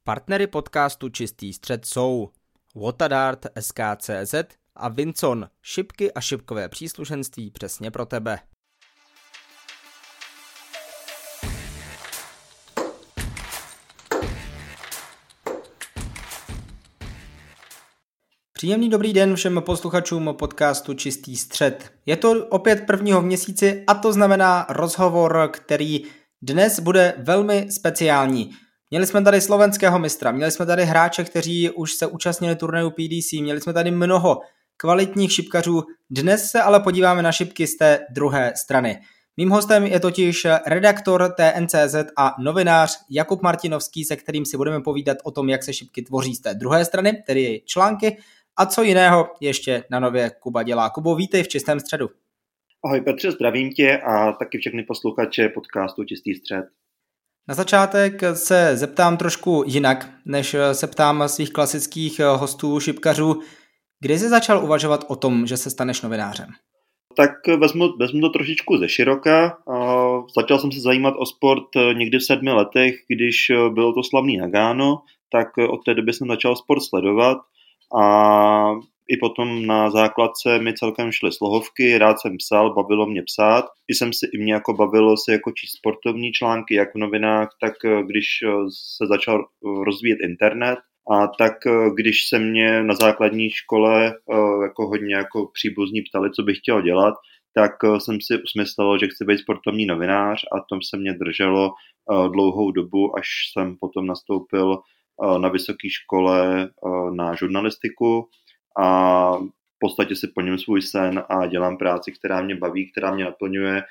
Partnery podcastu Čistý střed jsou Watadart, SK.cz a Vinson, šipky a šipkové příslušenství přesně pro tebe. Příjemný dobrý den všem posluchačům podcastu Čistý střed. Je to opět prvního v měsíci a to znamená rozhovor, který dnes bude velmi speciální. Měli jsme tady slovenského mistra, měli jsme tady hráče, kteří už se účastnili turnaju PDC, měli jsme tady mnoho kvalitních šipkařů, dnes se ale podíváme na šipky z té druhé strany. Mým hostem je totiž redaktor TN.cz a novinář Jakub Martinovský, se kterým si budeme povídat o tom, jak se šipky tvoří z té druhé strany, tedy její články, a co jiného ještě na nově Kuba dělá. Kubo, vítej v Čistém středu. Ahoj Petře, zdravím tě a taky všechny posluchače podcastu Čistý střed. Na začátek se zeptám trošku jinak, než se ptám svých klasických hostů, šipkařů. Kdy jsi začal uvažovat o tom, že se staneš novinářem? Tak vezmu to trošičku ze široka. Začal jsem se zajímat o sport někdy v 7 letech, když bylo to slavný Nagano, tak od té doby jsem začal sport sledovat a i potom na základce mi celkem šly slohovky, rád jsem psal, bavilo mě psát. I mě jako bavilo se jako číst sportovní články, jak v novinách, tak když se začal rozvíjet internet. A tak když se mě na základní škole jako hodně jako příbuzní ptali, co bych chtěl dělat, tak jsem si usmyslel, že chci být sportovní novinář a to se mě drželo dlouhou dobu, až jsem potom nastoupil na vysoké škole na žurnalistiku a v podstatě si plním svůj sen a dělám práci, která mě baví, která mě naplňuje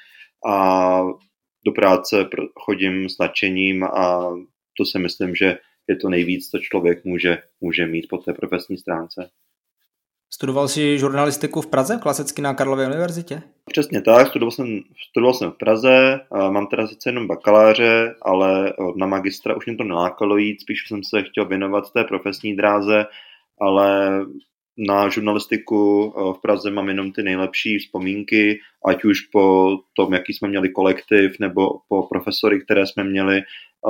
a do práce chodím s nadšením a to si myslím, že je to nejvíc, co člověk může mít po té profesní stránce. Studoval jsi žurnalistiku v Praze, klasicky na Karlově univerzitě? Přesně tak, studoval jsem v Praze, mám teda sice jenom bakaláře, ale na magistra už mě to nelákalo jít, spíš jsem se chtěl věnovat té profesní dráze, ale na žurnalistiku v Praze mám jenom ty nejlepší vzpomínky, ať už po tom, jaký jsme měli kolektiv, nebo po profesory, které jsme měli.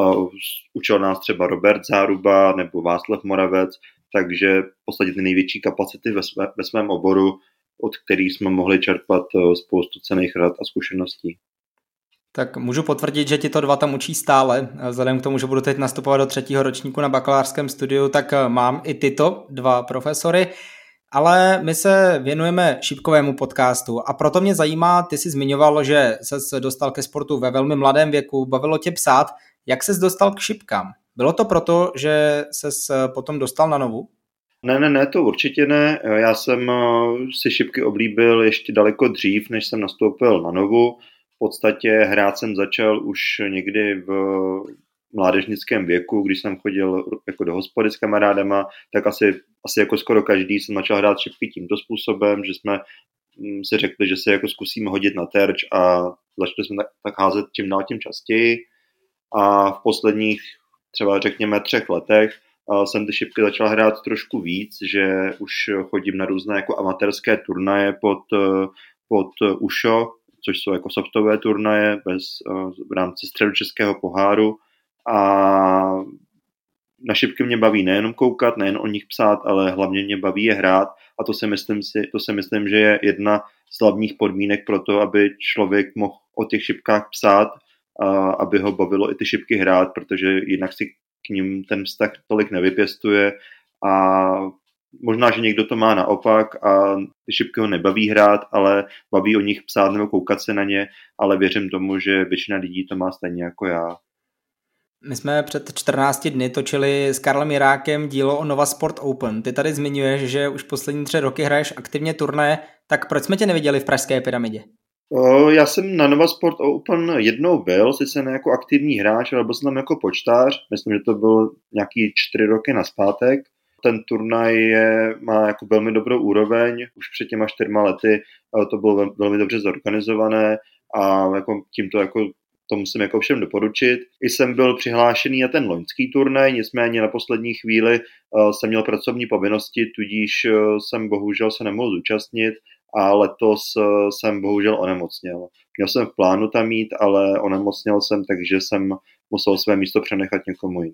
Učil nás třeba Robert Záruba nebo Václav Moravec, takže v podstatě ty největší kapacity ve svém oboru, od kterých jsme mohli čerpat spoustu cenných rad a zkušeností. Tak můžu potvrdit, že ti to dva tam učí stále. Vzhledem k tomu, že budu teď nastupovat do 3. ročníku na bakalářském studiu, tak mám i tyto dva profesory. Ale my se věnujeme šipkovému podcastu a proto mě zajímá, ty jsi zmiňoval, že ses dostal ke sportu ve velmi mladém věku, bavilo tě psát. Jak ses dostal k šipkám? Bylo to proto, že ses potom dostal na Novu? Ne, to určitě ne. Já jsem si šipky oblíbil ještě daleko dřív, než jsem nastoupil na Novu. V podstatě hrát jsem začal už někdy v mládežnickém věku, když jsem chodil jako do hospody s kamarádama, tak asi jako skoro každý jsem začal hrát šipky tímto způsobem, že jsme si řekli, že se jako zkusíme hodit na terč a začali jsme tak házet čím dál tím častěji. A v posledních třeba řekněme 3 letech jsem ty šipky začal hrát trošku víc, že už chodím na různé jako amatérské turnaje pod UŠO, což jsou jako softové turnaje v rámci středočeského poháru a na šipky mě baví nejenom koukat, nejen o nich psát, ale hlavně mě baví je hrát a to si myslím, že je jedna z hlavních podmínek pro to, aby člověk mohl o těch šipkách psát, aby ho bavilo i ty šipky hrát, protože jinak si k ním ten vztah tolik nevypěstuje a možná, že někdo to má naopak a ty šipky ho nebaví hrát, ale baví o nich psát nebo koukat se na ně, ale věřím tomu, že většina lidí to má stejně jako já. My jsme před 14 dny točili s Karlem Jirákem dílo o Nova Sport Open. Ty tady zmiňuješ, že už poslední 3 roky hraješ aktivně turnaje, tak proč jsme tě neviděli v Pražské pyramidě? Já jsem na Nova Sport Open jednou byl, sice ne jako aktivní hráč, ale byl jsem tam jako počtář. Myslím, že to byl nějaký 4 roky nazpátek. Ten turnaj má jako velmi dobrou úroveň, už před těma 4 lety to bylo velmi dobře zorganizované a jako tímto jako to musím jako všem doporučit. I jsem byl přihlášený na ten loňský turnaj, nicméně na poslední chvíli jsem měl pracovní povinnosti, tudíž jsem bohužel se nemohl zúčastnit a letos jsem bohužel onemocněl. Měl jsem v plánu tam jít, ale onemocněl jsem, takže jsem musel své místo přenechat někomu jinému.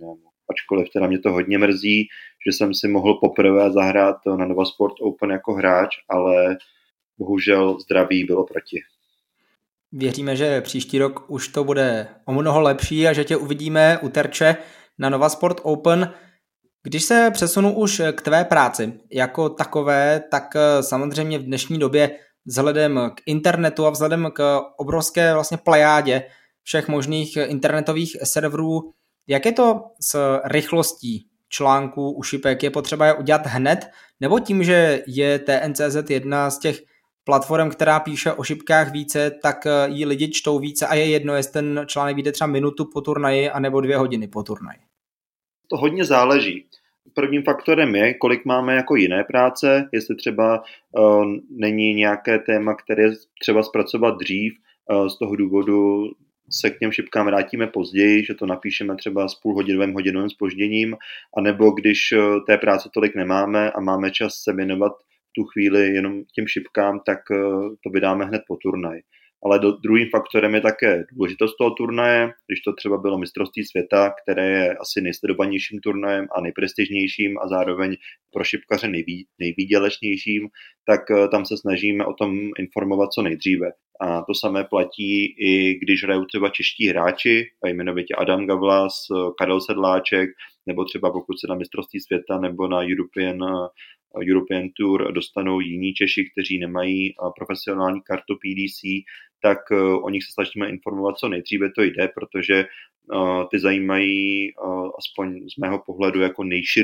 ačkoliv teda mě to hodně mrzí, že jsem si mohl poprvé zahrát na Nova Sport Open jako hráč, ale bohužel zdraví bylo proti. Věříme, že příští rok už to bude o mnoho lepší a že tě uvidíme u terče na Nova Sport Open. Když se přesunu už k tvé práci jako takové, tak samozřejmě v dnešní době vzhledem k internetu a vzhledem k obrovské vlastně plejádě všech možných internetových serverů, jak je to s rychlostí článků u šipek? Je potřeba je udělat hned? Nebo tím, že je TNCZ jedna z těch platform, která píše o šipkách více, tak ji lidi čtou více a je jedno, jestli ten článek vyjde třeba minutu po turnaji anebo 2 hodiny po turnaji? To hodně záleží. Prvním faktorem je, kolik máme jako jiné práce, jestli třeba není nějaké téma, které třeba zpracovat dřív, z toho důvodu se k těm šipkám vrátíme později, že to napíšeme třeba s hodinovým zpožděním, anebo když té práce tolik nemáme a máme čas se věnovat tu chvíli jenom těm šipkám, tak to vydáme hned po turnaji. Ale druhým faktorem je také důležitost toho turnaje, když to třeba bylo mistrovství světa, které je asi nejsledovanějším turnajem a nejprestižnějším a zároveň pro šipkaře nejvýdělečnějším, tak tam se snažíme o tom informovat co nejdříve. A to samé platí i když hrajou třeba čeští hráči, a jmenovitě Adam Gavlas, Karel Sedláček, nebo třeba pokud se na mistrovství světa nebo na European Tour dostanou jiní Češi, kteří nemají profesionální kartu PDC, tak o nich se snažíme informovat co nejdříve to jde, protože ty zajímají aspoň z mého pohledu jako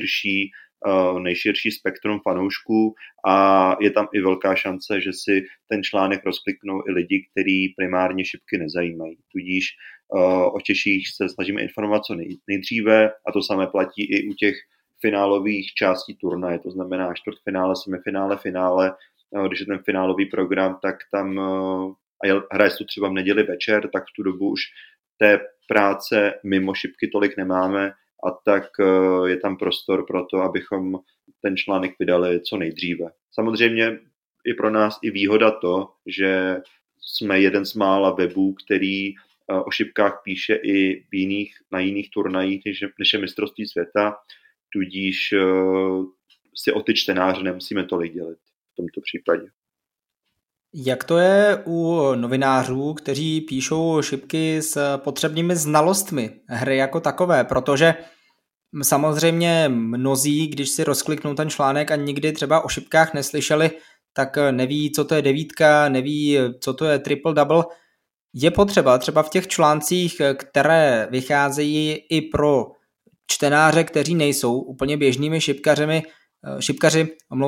nejširší spektrum fanoušků a je tam i velká šance, že si ten článek rozkliknou i lidi, kteří primárně šipky nezajímají. Tudíž o Češích se snažíme informovat co nejdříve a to samé platí i u těch finálových částí turnaje, to znamená čtvrtfinále, semifinále, finále. Když je ten finálový program, tak tam hraje se to třeba v neděli večer, tak v tu dobu už té práce mimo šipky tolik nemáme a tak je tam prostor pro to, abychom ten článek vydali co nejdříve. Samozřejmě je pro nás i výhoda to, že jsme jeden z mála webů, který o šipkách píše i na jiných turnajích, než je mistrovství světa, tudíž si o ty čtenáře nemusíme tolik dělit v tomto případě. Jak to je u novinářů, kteří píšou šipky s potřebnými znalostmi hry jako takové? Protože samozřejmě mnozí, když si rozkliknou ten článek a nikdy třeba o šipkách neslyšeli, tak neví, co to je devítka, neví, co to je triple double. Je potřeba třeba v těch článcích, které vycházejí i pro čtenáře, kteří nejsou úplně běžnými šipkaři,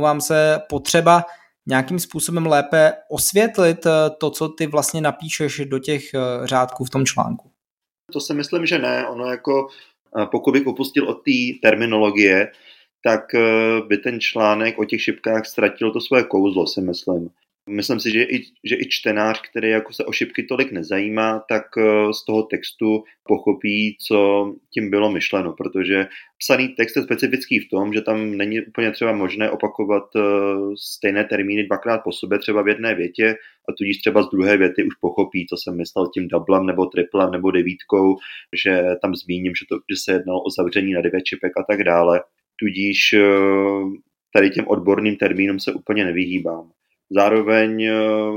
potřeba nějakým způsobem lépe osvětlit to, co ty vlastně napíšeš do těch řádků v tom článku? To si myslím, že ne. Ono jako, pokud bych upustil od té terminologie, tak by ten článek o těch šipkách ztratil to svoje kouzlo, si myslím. Myslím si, že i čtenář, který jako se o šipky tolik nezajímá, tak z toho textu pochopí, co tím bylo myšleno, protože psaný text je specifický v tom, že tam není úplně třeba možné opakovat stejné termíny dvakrát po sobě, třeba v jedné větě, a tudíž třeba z druhé věty už pochopí, co jsem myslel tím doublem nebo triplem nebo devítkou, že tam zmíním, že se jednalo o zavření na 9 šipek a tak dále. Tudíž tady těm odborným termínům se úplně nevyhýbám. Zároveň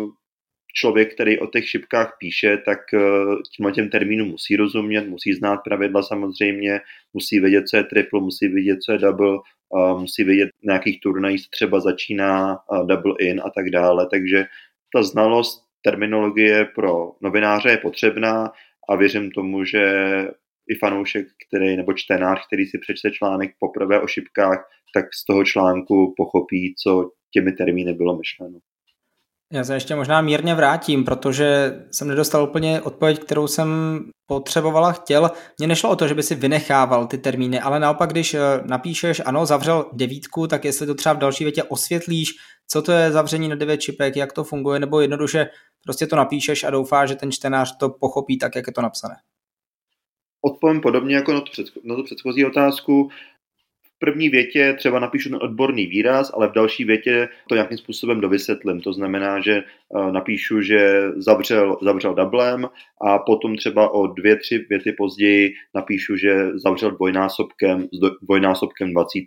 člověk, který o těch šipkách píše, tak těm termínům musí rozumět, musí znát pravidla samozřejmě, musí vědět, co je triple, musí vědět, co je double, musí vědět, na jakých turnajích třeba začíná double in a tak dále. Takže ta znalost terminologie pro novináře je potřebná a věřím tomu, že i fanoušek, nebo čtenář, který si přečte článek poprvé o šipkách, tak z toho článku pochopí, co těmi termíny bylo myšleno. Já se ještě možná mírně vrátím, protože jsem nedostal úplně odpověď, kterou jsem potřebovala, chtěl. Mně nešlo o to, že by si vynechával ty termíny, ale naopak, když napíšeš, ano, zavřel 9, tak jestli to třeba v další větě osvětlíš, co to je zavření na 9 šipek, jak to funguje, nebo jednoduše prostě to napíšeš a doufáš, že ten čtenář to pochopí tak, jak je to napsané. Odpovím podobně jako na tu předchozí otázku. v první větě třeba napíšu ten odborný výraz, ale v další větě to nějakým způsobem dovysvětlím. To znamená, že napíšu, že zavřel doublem a potom třeba o 2-3 věty později napíšu, že zavřel dvojnásobkem 20.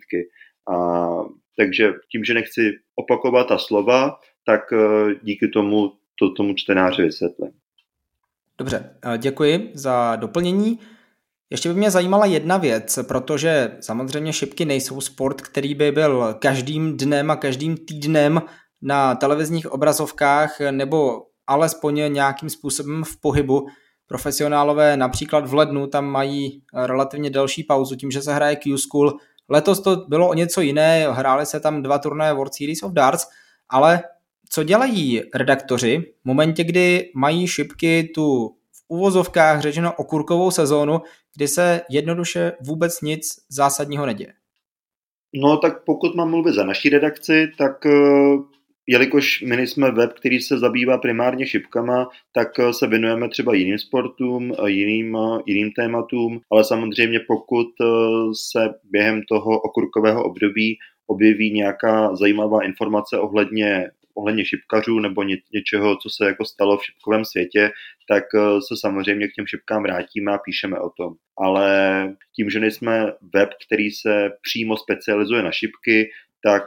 Takže tím, že nechci opakovat ta slova, tak díky tomu čtenáři vysvětlím. Dobře, děkuji za doplnění. Ještě by mě zajímala jedna věc, protože samozřejmě šipky nejsou sport, který by byl každým dnem a každým týdnem na televizních obrazovkách nebo alespoň nějakým způsobem v pohybu. Profesionálové například v lednu tam mají relativně delší pauzu tím, že se hraje Q-School. Letos to bylo o něco jiné, hrály se tam 2 turnaje World Series of Darts, ale co dělají redaktoři v momentě, kdy mají šipky tu v uvozovkách řečeno okurkovou sezónu, kdy se jednoduše vůbec nic zásadního neděje? No tak pokud mám mluvit za naší redakci, tak jelikož my jsme web, který se zabývá primárně šipkama, tak se věnujeme třeba jiným sportům, jiným tématům, ale samozřejmě pokud se během toho okurkového období objeví nějaká zajímavá informace ohledně šipkařů nebo něčeho, co se jako stalo v šipkovém světě, tak se samozřejmě k těm šipkám vrátíme a píšeme o tom. Ale tím, že nejsme web, který se přímo specializuje na šipky, tak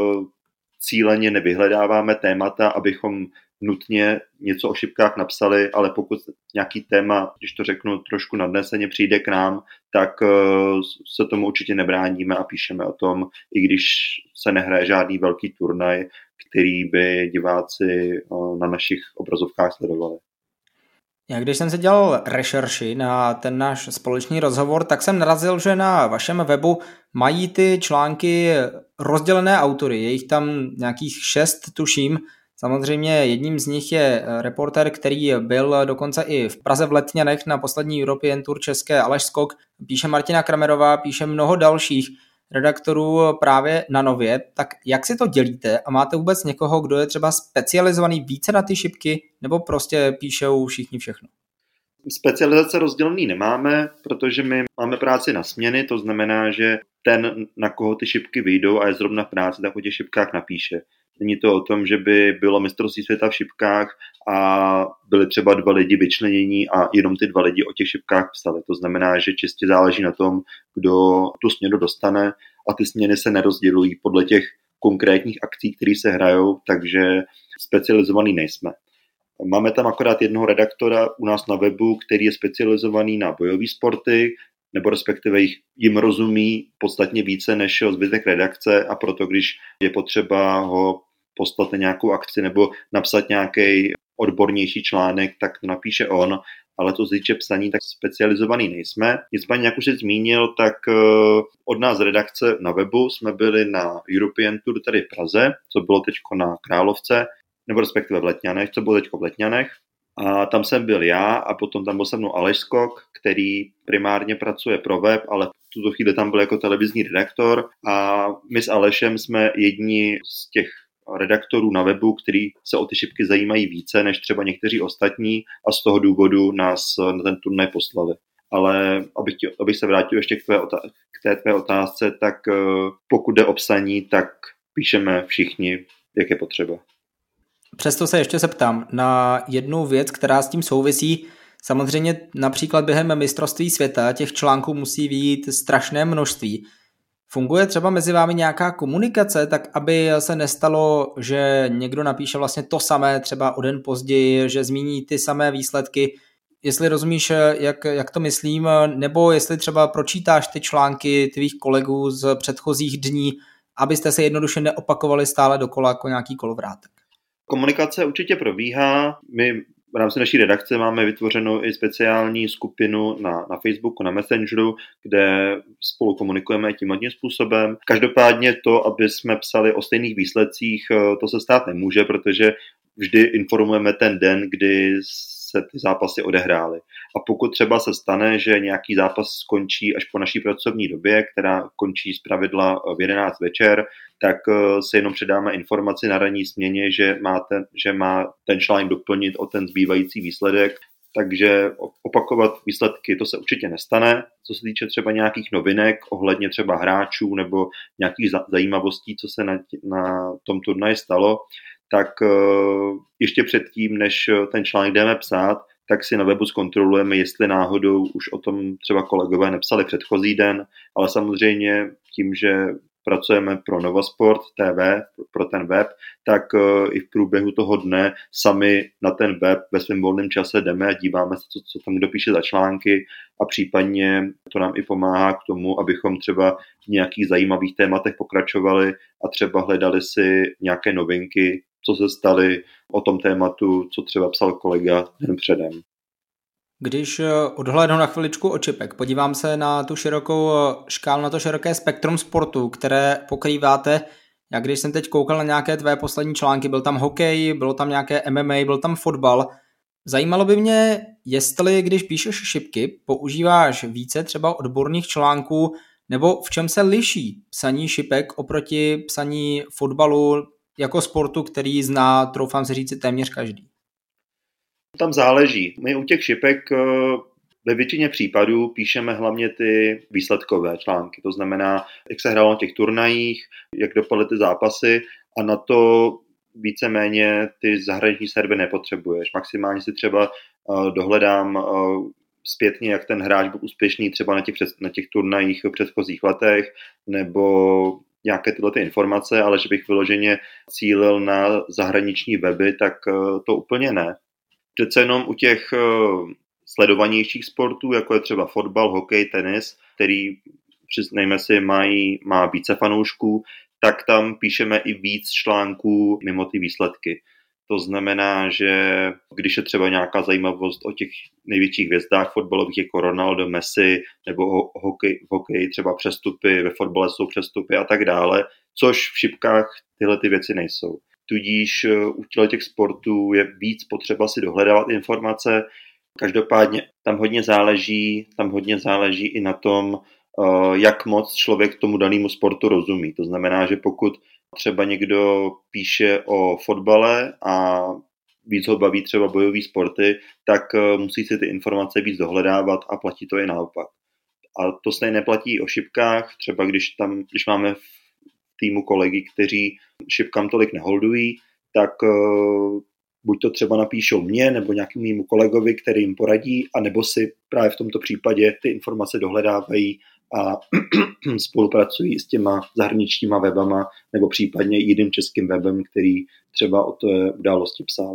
cíleně nevyhledáváme témata, abychom nutně něco o šipkách napsali, ale pokud nějaký téma, když to řeknu trošku nadneseně, přijde k nám, tak se tomu určitě nebráníme a píšeme o tom, i když se nehraje žádný velký turnaj, který by diváci na našich obrazovkách sledovali. Já když jsem si dělal rešerši na ten náš společný rozhovor, tak jsem narazil, že na vašem webu mají ty články rozdělené autory. Je jich tam nějakých 6, tuším. Samozřejmě jedním z nich je reportér, který byl dokonce i v Praze v Letňanech na poslední European Tour české Aleš Skok. Píše Martina Kramerová, píše mnoho dalších redaktorů právě na Nově. Tak jak si to dělíte a máte vůbec někoho, kdo je třeba specializovaný více na ty šipky, nebo prostě píšou všichni všechno? Specializace rozdělený nemáme, protože my máme práci na směny, to znamená, že ten, na koho ty šipky vyjdou a je zrovna v práci, tak o těch šipkách napíše. Není to o tom, že by bylo mistrovství světa v šipkách a byli třeba 2 lidi vyčlenění a jenom ty 2 lidi o těch šipkách psali. To znamená, že čistě záleží na tom, kdo tu směnu dostane a ty směny se nerozdělují podle těch konkrétních akcí, které se hrajou, takže specializovaný nejsme. Máme tam akorát jednoho redaktora u nás na webu, který je specializovaný na bojové sporty, nebo respektive jim rozumí podstatně více než zbytek redakce a proto, když je potřeba ho poslat na nějakou akci nebo napsat nějaký odbornější článek, tak to napíše on, ale to týče psaní, tak specializovaný nejsme. Nicméně, jak už jsi zmínil, tak od nás redakce na webu jsme byli na European Tour tady v Praze, co bylo teďko na Královce, nebo respektive v Letňanech, co bylo teďko v Letňanech. A tam jsem byl já a potom tam byl se mnou Aleš Skok, který primárně pracuje pro web, ale v tuto chvíli tam byl jako televizní redaktor a my s Alešem jsme jedni z těch redaktorů na webu, který se o ty šipky zajímají více než třeba někteří ostatní a z toho důvodu nás na ten turnaj poslali. Ale abych se vrátil ještě k té tvé otázce, tak pokud jde o psaní, tak píšeme všichni, jak je potřeba. Přesto se ještě zeptám na jednu věc, která s tím souvisí. Samozřejmě například během mistrovství světa těch článků musí vyjít strašné množství. Funguje třeba mezi vámi nějaká komunikace, tak aby se nestalo, že někdo napíše vlastně to samé třeba o den později, že zmíní ty samé výsledky. Jestli rozumíš, jak to myslím, nebo jestli třeba pročítáš ty články tvých kolegů z předchozích dní, abyste se jednoduše neopakovali stále dokola jako nějaký kolovrátek. Komunikace určitě probíhá. My v rámci naší redakce máme vytvořenou i speciální skupinu na Facebooku, na Messengeru, kde spolu komunikujeme tímhle způsobem. Každopádně to, aby jsme psali o stejných výsledcích, to se stát nemůže, protože vždy informujeme ten den, kdy se ty zápasy odehrály. A pokud třeba se stane, že nějaký zápas skončí až po naší pracovní době, která končí zpravidla v 11 večer, tak se jenom předáme informaci na ranní směně, že má ten článek doplnit o ten zbývající výsledek takže opakovat výsledky to se určitě nestane. Co se týče třeba nějakých novinek ohledně třeba hráčů nebo nějakých zajímavostí, co se na tom turnaji stalo, tak ještě předtím, než ten článek jdeme psát, tak si na webu zkontrolujeme, jestli náhodou už o tom třeba kolegové nepsali předchozí den, ale samozřejmě tím, že pracujeme pro Novasport TV, pro ten web, tak i v průběhu toho dne sami na ten web ve svém volném čase jdeme a díváme se, co tam kdo píše za články a případně to nám i pomáhá k tomu, abychom třeba v nějakých zajímavých tématech pokračovali a třeba hledali si nějaké novinky, co se staly o tom tématu, co třeba psal kolega den předem. Když odhlédnu na chviličku od čipek, podívám se na tu širokou škálu, na to široké spektrum sportu, které pokrýváte. Já když jsem teď koukal na nějaké tvé poslední články, byl tam hokej, bylo tam nějaké MMA, byl tam fotbal. Zajímalo by mě, jestli když píšeš šipky, používáš více třeba odborných článků, nebo v čem se liší psaní šipek oproti psaní fotbalu jako sportu, který zná, troufám si říct, téměř každý. Tam záleží. My u těch šipek ve většině případů píšeme hlavně ty výsledkové články. To znamená, jak se hrálo na těch turnajích, jak dopadly ty zápasy a na to víceméně ty zahraniční servery nepotřebuješ. Maximálně si třeba dohledám zpětně, jak ten hráč byl úspěšný třeba na těch turnajích v předchozích letech, nebo nějaké tyhle ty informace, ale že bych vyloženě cílil na zahraniční weby, tak to úplně ne. Přece jenom u těch sledovanějších sportů, jako je třeba fotbal, hokej, tenis, který, přiznejme si, má více fanoušků, tak tam píšeme i víc článků mimo ty výsledky. To znamená, že když je třeba nějaká zajímavost o těch největších hvězdách fotbalových jako Ronaldo, Messi nebo hokej, třeba přestupy, ve fotbale jsou přestupy a tak dále, což v šipkách tyhle ty věci nejsou. Tudíž u těch sportů je víc potřeba si dohledávat informace. Každopádně tam hodně záleží i na tom, jak moc člověk tomu danému sportu rozumí. To znamená, že pokud třeba někdo píše o fotbale a víc ho baví třeba bojové sporty, tak musí si ty informace víc dohledávat a platí to i naopak. A to stejně neplatí o šipkách, třeba když máme v týmu kolegy, kteří šipkám tolik neholdují, tak buď to třeba napíšou mě nebo nějakému mému kolegovi, který jim poradí, anebo si právě v tomto případě ty informace dohledávají a spolupracují s těma zahraničníma webama nebo případně jiným českým webem, který třeba o té události psal.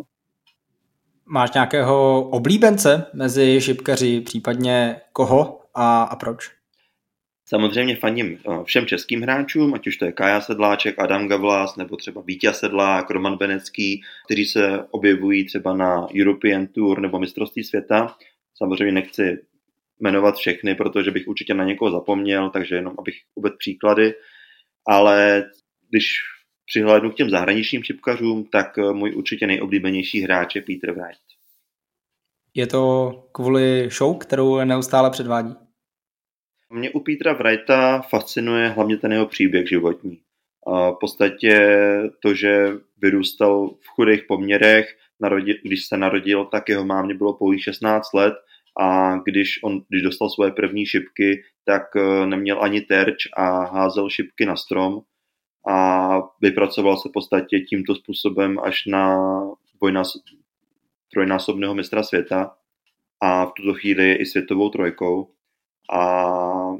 Máš nějakého oblíbence mezi šipkaři, případně koho a proč? Samozřejmě fandím všem českým hráčům, ať už to je Kája Sedláček, Adam Gavlas nebo třeba Vítěz Sedlák, Roman Benecký, kteří se objevují třeba na European Tour nebo mistrovství světa. Samozřejmě nechci jmenovat všechny, protože bych určitě na někoho zapomněl, takže jenom abych uvedl příklady. Ale když přihlédnu k těm zahraničním šipkařům, tak můj určitě nejoblíbenější hráč je Peter Wright. Je to kvůli show, kterou neustále předvádí? Mě u Petera Wrighta fascinuje hlavně ten jeho příběh životní. V podstatě to, že vyrůstal v chudých poměrech, když se narodil, tak jeho mámě bylo pouhých 16 let a když dostal svoje první šipky, tak neměl ani terč a házel šipky na strom a vypracoval se v podstatě tímto způsobem až na trojnásobného mistra světa a v tuto chvíli je i světovou trojkou. A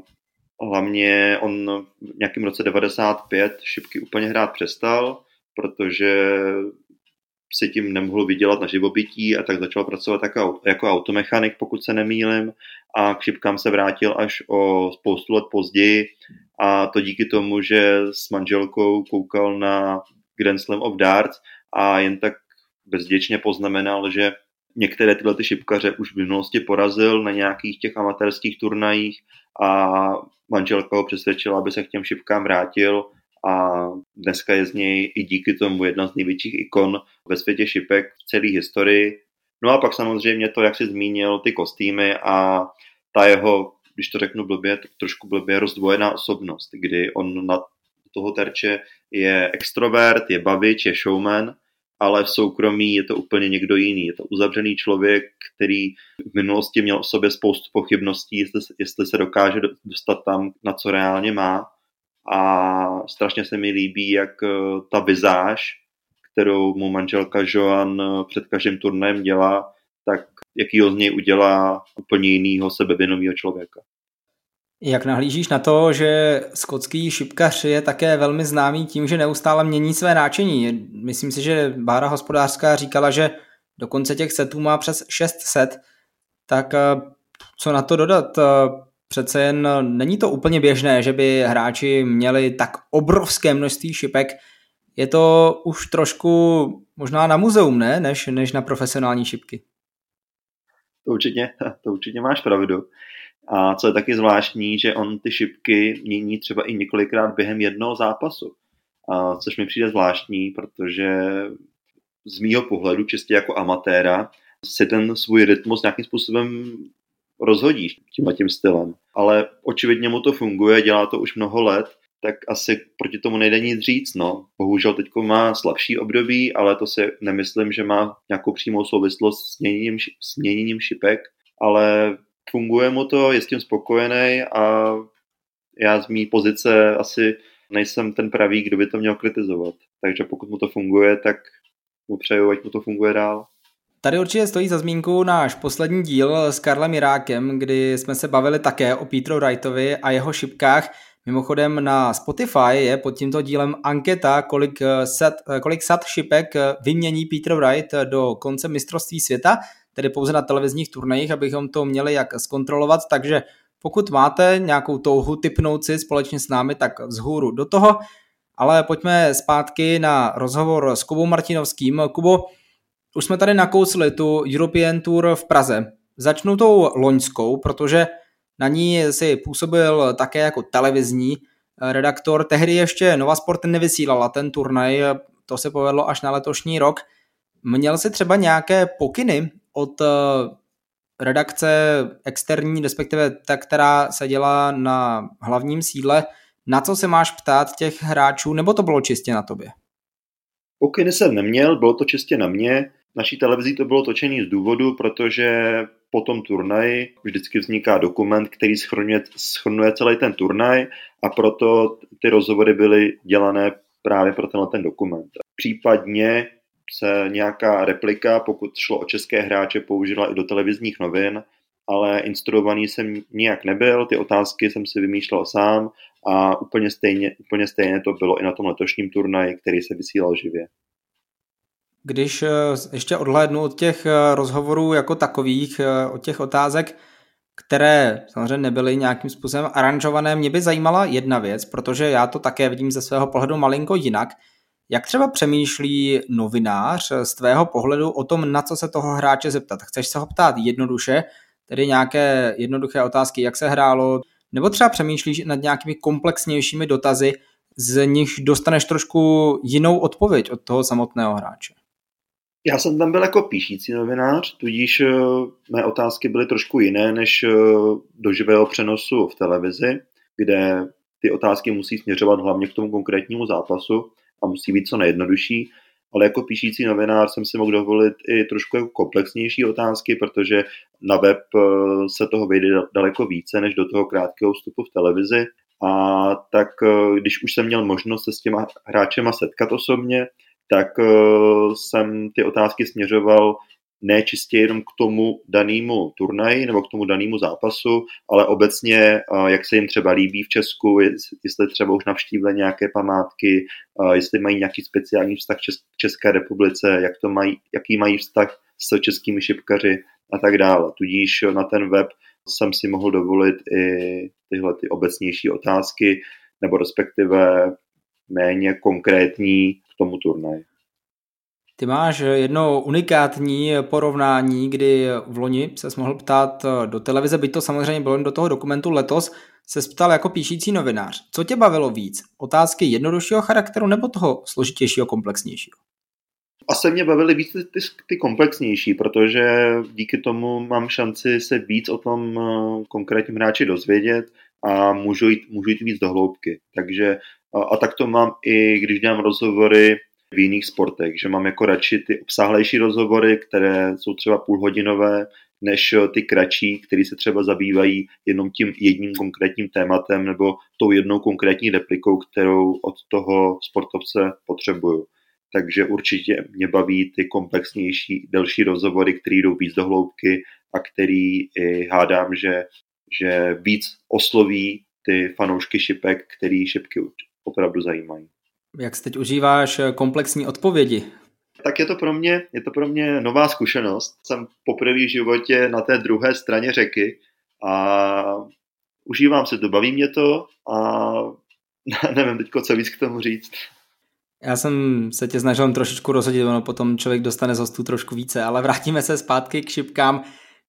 hlavně on v nějakém roce 95 šipky úplně hrát přestal, protože si tím nemohl vydělat na živobytí a tak začal pracovat jako automechanik, pokud se nemýlim, a k šipkám se vrátil až o spoustu let později a to díky tomu, že s manželkou koukal na Grand Slam of Darts a jen tak bezděčně poznamenal, že některé tyhle ty šipkaře už v minulosti porazil na nějakých těch amatérských turnajích a manželka ho přesvědčila, aby se k těm šipkám vrátil a dneska je z něj i díky tomu jedna z největších ikon ve světě šipek v celé historii. No a pak samozřejmě to, jak jsi zmínil, ty kostýmy a ta jeho, když to řeknu blbě, trošku blbě rozdvojená osobnost, kdy on na toho terče je extrovert, je bavič, je showman ale v soukromí je to úplně někdo jiný. Je to uzavřený člověk, který v minulosti měl o sobě spoustu pochybností, jestli se dokáže dostat tam, na co reálně má. A strašně se mi líbí, jak ta vizáž, kterou mu manželka Joan před každým turnajem dělá, tak jakýho z něj udělá úplně jinýho sebevědomého člověka. Jak nahlížíš na to, že skotský šipkař je také velmi známý tím, že neustále mění své náčení? Myslím si, že Bára Hospodářská říkala, že do konce těch setů má přes 6 set, tak co na to dodat? Přece jen není to úplně běžné, že by hráči měli tak obrovské množství šipek. Je to už trošku možná na muzeum, ne? Než na profesionální šipky. To určitě máš pravdu. A co je taky zvláštní, že on ty šipky mění třeba i několikrát během jednoho zápasu. Což mi přijde zvláštní, protože z mýho pohledu, čistě jako amatéra, si ten svůj rytmus nějakým způsobem rozhodíš tím stylem. Ale očividně mu to funguje, dělá to už mnoho let, tak asi proti tomu nejde nic říct. No. Bohužel teď má slabší období, ale to si nemyslím, že má nějakou přímou souvislost s měněním šipek, ale funguje mu to, je s tím spokojený a já z mý pozice asi nejsem ten pravý, kdo by to měl kritizovat. Takže pokud mu to funguje, tak mu přeju, ať mu to funguje dál. Tady určitě stojí za zmínku náš poslední díl s Karlem Jirákem, kdy jsme se bavili také o Peteru Wrightovi a jeho šipkách. Mimochodem na Spotify je pod tímto dílem anketa, kolik sat šipek vymění Peter Wright do konce mistrovství světa, tedy pouze na televizních turnajích, abychom to měli jak zkontrolovat, takže pokud máte nějakou touhu tipnout si společně s námi, tak vzhůru do toho, ale pojďme zpátky na rozhovor s Kubou Martinovským. Kubo, už jsme tady nakousli tu European Tour v Praze. Začnu tou loňskou, protože na ní si působil také jako televizní redaktor. Tehdy ještě Nova Sport nevysílala ten turnaj, to se povedlo až na letošní rok. Měl jsi třeba nějaké pokyny od redakce externí, respektive ta, která seděla na hlavním sídle, na co se máš ptát těch hráčů, nebo to bylo čistě na tobě? Pokyny jsem neměl, bylo to čistě na mě. Naší televizí to bylo točený z důvodu, protože po tom turnaji vždycky vzniká dokument, který shrnuje celý ten turnaj a proto ty rozhovory byly dělané právě pro tenhle ten dokument. Případně se nějaká replika, pokud šlo o české hráče, použila i do televizních novin, ale instruovaný jsem nijak nebyl, ty otázky jsem si vymýšlel sám a úplně stejně to bylo i na tom letošním turnaji, který se vysílal živě. Když ještě odhlédnu od těch rozhovorů jako takových, od těch otázek, které samozřejmě nebyly nějakým způsobem aranžované, mě by zajímala jedna věc, protože já to také vidím ze svého pohledu malinko jinak. Jak třeba přemýšlí novinář z tvého pohledu o tom, na co se toho hráče zeptat? Chceš se ho ptát jednoduše, tedy nějaké jednoduché otázky, jak se hrálo, nebo třeba přemýšlíš nad nějakými komplexnějšími dotazy, z nichž dostaneš trošku jinou odpověď od toho samotného hráče? Já jsem tam byl jako píšící novinář, tudíž mé otázky byly trošku jiné než do živého přenosu v televizi, kde ty otázky musí směřovat hlavně k tomu konkrétnímu zápasu a musí být co nejjednodušší, ale jako píšící novinář jsem si mohl dovolit i trošku jako komplexnější otázky, protože na web se toho vejde daleko více než do toho krátkého vstupu v televizi. A tak když už jsem měl možnost se s těma hráčema setkat osobně, tak jsem ty otázky směřoval ne čistě jenom k tomu danému turnaji nebo k tomu danému zápasu, ale obecně, jak se jim třeba líbí v Česku, jestli třeba už navštívili nějaké památky, jestli mají nějaký speciální vztah k České republice, jaký mají vztah s českými šipkaři a tak dále. Tudíž na ten web jsem si mohl dovolit i tyhle ty obecnější otázky, nebo respektive méně konkrétní k tomu turnaji. Ty máš jedno unikátní porovnání, kdy v loni ses mohl ptát do televize, byť to samozřejmě bylo do toho dokumentu, letos se ptal jako píšící novinář. Co tě bavilo víc? Otázky jednoduššího charakteru nebo toho složitějšího, komplexnějšího? Asi mě bavily víc ty komplexnější, protože díky tomu mám šanci se víc o tom konkrétním hráči dozvědět a můžu jít víc do hloubky. Takže a tak to mám i když dělám rozhovory v jiných sportech, že mám jako radši ty obsáhlejší rozhovory, které jsou třeba půlhodinové, než ty kratší, které se třeba zabývají jenom tím jedním konkrétním tématem nebo tou jednou konkrétní replikou, kterou od toho sportovce potřebuju. Takže určitě mě baví ty komplexnější, delší rozhovory, které jdou víc do hloubky a který i hádám, že víc osloví ty fanoušky šipek, který šipky opravdu zajímají. Jak se teď užíváš komplexní odpovědi? Tak je to pro mě nová zkušenost. Jsem poprvé v životě na té druhé straně řeky a užívám se to, baví mě to a nevím teďko, co víc k tomu říct. Já jsem se tě snažil trošičku rozhodit, ono potom člověk dostane z hostů trošku více, ale vrátíme se zpátky k šipkám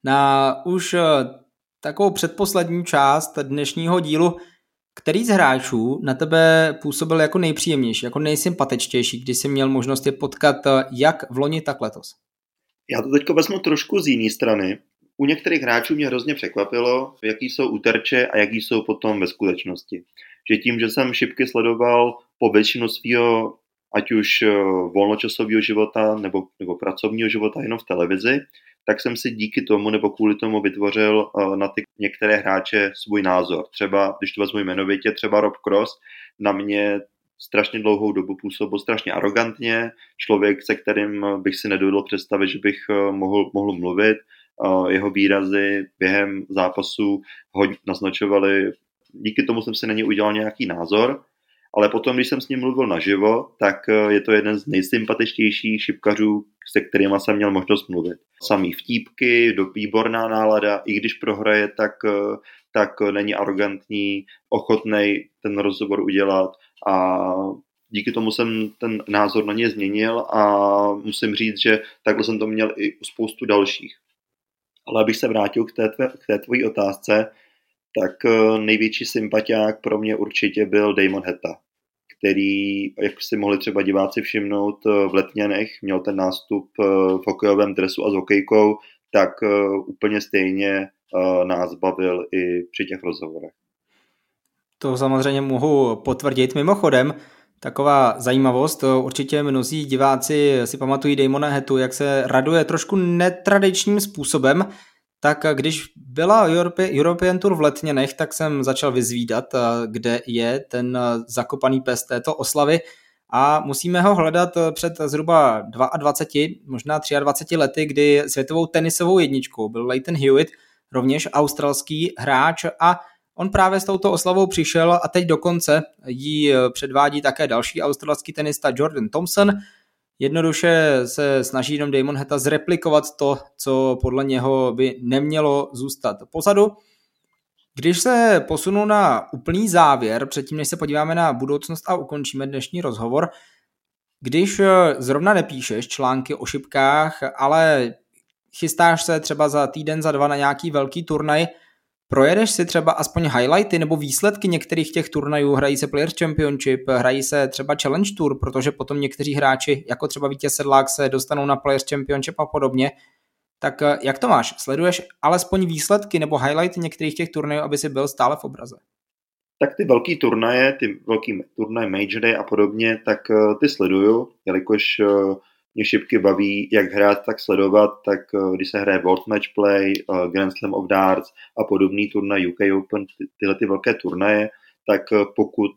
na už takovou předposlední část dnešního dílu. Který z hráčů na tebe působil jako nejpříjemnější, jako nejsympatičtější, když jsi měl možnost je potkat jak v loni, tak letos? Já to teďko vezmu trošku z jiné strany. U některých hráčů mě hrozně překvapilo, jaký jsou úterče a jaký jsou potom ve skutečnosti. Že tím, že jsem šipky sledoval po většinu svého, ať už volnočasového života nebo pracovního života jenom v televizi, tak jsem si díky tomu nebo kvůli tomu vytvořil na ty některé hráče svůj názor. Třeba, když to vezmu jmenovitě, třeba Rob Cross na mě strašně dlouhou dobu působil strašně arrogantně, člověk, se kterým bych si nedovedl představit, že bych mohl mluvit. Jeho výrazy během zápasu hodně naznačovaly, díky tomu jsem si na ně udělal nějaký názor, ale potom, když jsem s ním mluvil naživo, tak je to jeden z nejsympatičtějších šipkařů, se kterými jsem měl možnost mluvit. Samý vtípky, výborná nálada, i když prohraje, tak není arrogantní, ochotnej ten rozhovor udělat a díky tomu jsem ten názor na ně změnil a musím říct, že takhle jsem to měl i u spoustu dalších. Ale abych se vrátil k té tvojí otázce, tak největší sympatiák pro mě určitě byl Damon Heta, který, jak si mohli třeba diváci všimnout v Letňanech, měl ten nástup v hokejovém dresu a s hokejkou, tak úplně stejně nás bavil i při těch rozhovorech. To samozřejmě mohu potvrdit. Mimochodem, taková zajímavost, určitě mnozí diváci si pamatují Damona Hetu, jak se raduje trošku netradičním způsobem, tak když byla European Tour v Letňanech, tak jsem začal vyzvídat, kde je ten zakopaný pes této oslavy a musíme ho hledat před zhruba 22, možná 23 lety, kdy světovou tenisovou jedničkou byl Lleyton Hewitt, rovněž australský hráč a on právě s touto oslavou přišel a teď dokonce ji předvádí také další australský tenista Jordan Thompson. Jednoduše se snaží jenom Damon Heta zreplikovat to, co podle něho by nemělo zůstat pozadu. Když se posunu na úplný závěr, předtím než se podíváme na budoucnost a ukončíme dnešní rozhovor, když zrovna nepíšeš články o šipkách, ale chystáš se třeba za týden, za dva na nějaký velký turnaj, projedeš si třeba aspoň highlighty nebo výsledky některých těch turnajů, hrají se Players Championship, hrají se třeba Challenge Tour, protože potom někteří hráči, jako třeba Vítěz Sedlák, se dostanou na Players Championship a podobně. Tak jak to máš? Sleduješ alespoň výsledky nebo highlighty některých těch turnajů, aby si byl stále v obraze? Tak ty velký turnaje, Major a podobně, tak ty sleduju, jelikož mě šipky baví, jak hrát, tak sledovat, tak když se hraje World Match Play, Grand Slam of Darts a podobný turnaj UK Open, tyhle ty velké turnaje, tak pokud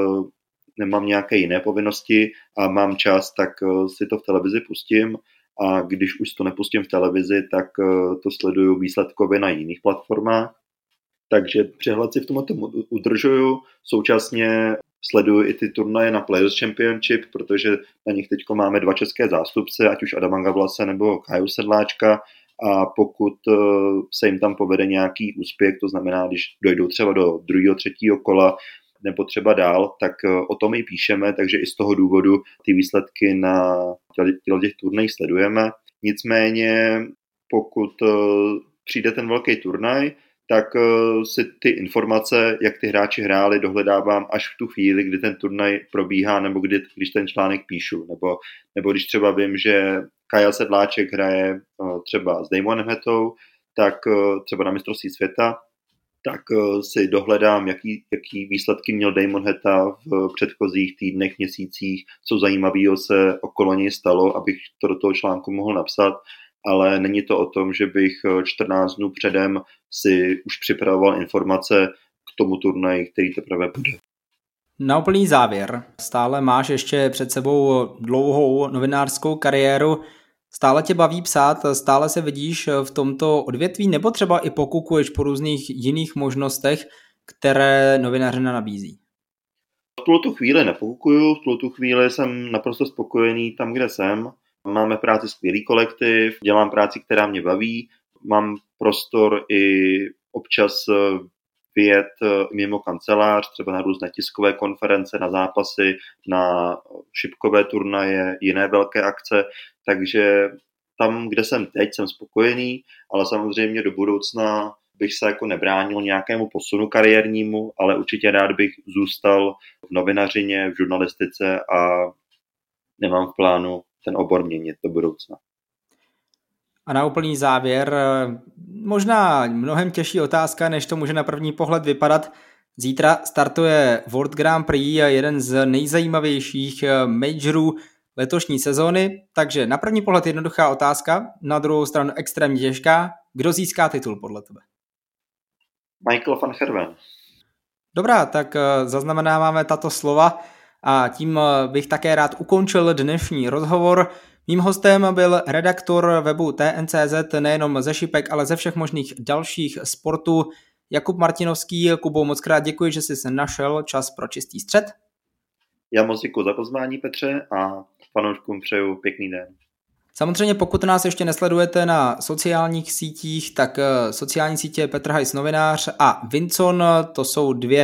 nemám nějaké jiné povinnosti a mám čas, tak si to v televizi pustím a když už to nepustím v televizi, tak to sleduju výsledkově na jiných platformách. Takže přehled si v tomto udržuju, současně sleduju i ty turnaje na Players Championship, protože na nich teď máme 2 české zástupce, ať už Adama Gavlase nebo Kaju Sedláčka a pokud se jim tam povede nějaký úspěch, to znamená, když dojdou třeba do 2., 3. kola nebo třeba dál, tak o tom i píšeme, takže i z toho důvodu ty výsledky na těch turnajích sledujeme. Nicméně pokud přijde ten velký turnaj, tak si ty informace, jak ty hráči hráli, dohledávám až v tu chvíli, kdy ten turnaj probíhá, nebo když ten článek píšu. Nebo když třeba vím, že Kaja Sedláček hraje třeba s Damonem Hetou, tak třeba na mistrovství světa, tak si dohledám, jaký výsledky měl Damon Heta v předchozích týdnech, měsících, co zajímavého se okolo něj stalo, abych to do toho článku mohl napsat, ale není to o tom, že bych 14 dnů předem si už připravoval informace k tomu turnaji, který teprve bude. Na úplný závěr, stále máš ještě před sebou dlouhou novinářskou kariéru, stále tě baví psát, stále se vidíš v tomto odvětví, nebo třeba i pokukuješ po různých jiných možnostech, které novinařina nabízí? V tuto chvíli nepokukuju, v tuto chvíli jsem naprosto spokojený tam, kde jsem. Máme práci skvělý kolektiv, dělám práci, která mě baví, mám prostor i občas vyjet mimo kancelář, třeba na různé tiskové konference, na zápasy, na šipkové turnaje, jiné velké akce, takže tam, kde jsem teď, jsem spokojený, ale samozřejmě do budoucna bych se jako nebránil nějakému posunu kariérnímu, ale určitě rád bych zůstal v novinařině, v žurnalistice a nemám v plánu ten obor měnit do budoucna. A na úplný závěr, možná mnohem těžší otázka, než to může na první pohled vypadat. Zítra startuje World Grand Prix, jeden z nejzajímavějších majorů letošní sezóny, takže na první pohled jednoduchá otázka, na druhou stranu extrémně těžká. Kdo získá titul podle tebe? Michael van Gerwen. Dobrá, tak zaznamenáváme tato slova a tím bych také rád ukončil dnešní rozhovor. Mým hostem byl redaktor webu TN.cz nejenom ze šipek, ale ze všech možných dalších sportů Jakub Martinovský. Kubo, moc krát děkuji, že jsi se našel čas pro Čistý střed. Já moc děkuji za pozvání, Petře, a fanouškům přeju pěkný den. Samozřejmě pokud nás ještě nesledujete na sociálních sítích, tak sociální sítě Petr Hajs novinář a Vincon, to jsou dva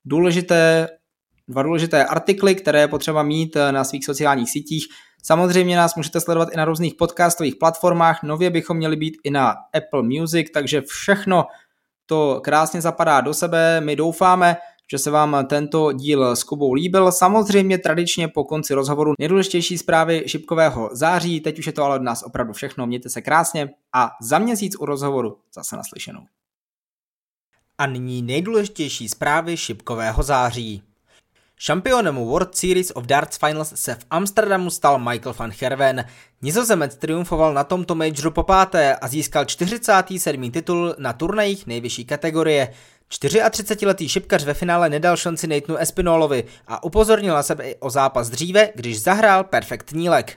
důležité artikly, které je potřeba mít na svých sociálních sítích. Samozřejmě nás můžete sledovat i na různých podcastových platformách, nově bychom měli být i na Apple Music, takže všechno to krásně zapadá do sebe. My doufáme, že se vám tento díl s Kubou líbil. Samozřejmě tradičně po konci rozhovoru nejdůležitější zprávy šipkového září, teď už je to ale od nás opravdu všechno, mějte se krásně a za měsíc u rozhovoru zase naslyšenou. A nyní nejdůležitější zprávy šipkového září. Šampionem World Series of Darts Finals se v Amsterdamu stal Michael van Gerwen. Nizozemec triumfoval na tomto majoru popáté a získal 47. titul na turnajích nejvyšší kategorie. 34-letý šipkař ve finále nedal šanci Nathanu Espinolovi a upozornil na sebe i o zápas dříve, když zahrál perfektní leg.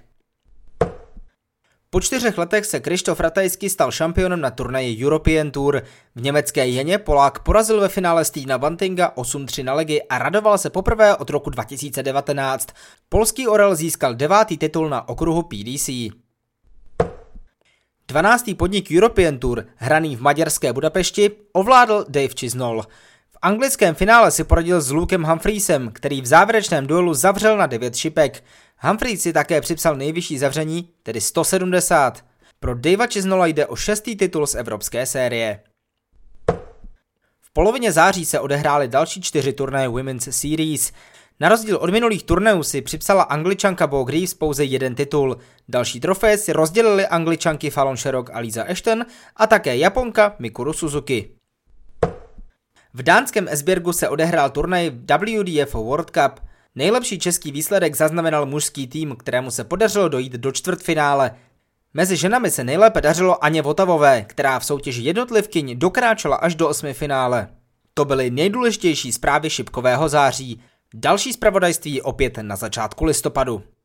Po 4 letech se Krzysztof Ratajski stal šampionem na turnaji European Tour. V německé Jeně Polák porazil ve finále Stevena Buntinga 8-3 na legy a radoval se poprvé od roku 2019. Polský orel získal 9. titul na okruhu PDC. 12. podnik European Tour, hraný v maďarské Budapešti, ovládl Dave Chisnall. V anglickém finále si poradil s Lukem Humphreysem, který v závěrečném duelu zavřel na 9 šipek. Humphreys si také připsal nejvyšší zavření, tedy 170. Pro Davea Chisnalla jde o 6. titul z evropské série. V polovině září se odehrály další 4 turnaje Women's Series. Na rozdíl od minulých turnajů si připsala Angličanka Bo Greaves pouze 1 titul. Další trofeje si rozdělili Angličanky Fallon Sherrock a Lisa Ashton a také Japonka Mikuru Suzuki. V dánském Esbjergu se odehrál turnaj WDF World Cup. Nejlepší český výsledek zaznamenal mužský tým, kterému se podařilo dojít do čtvrtfinále. Mezi ženami se nejlépe dařilo Aně Votavové, která v soutěži jednotlivkyň dokráčela až do 8. finále. To byly nejdůležitější zprávy šipkového září. Další zpravodajství opět na začátku listopadu.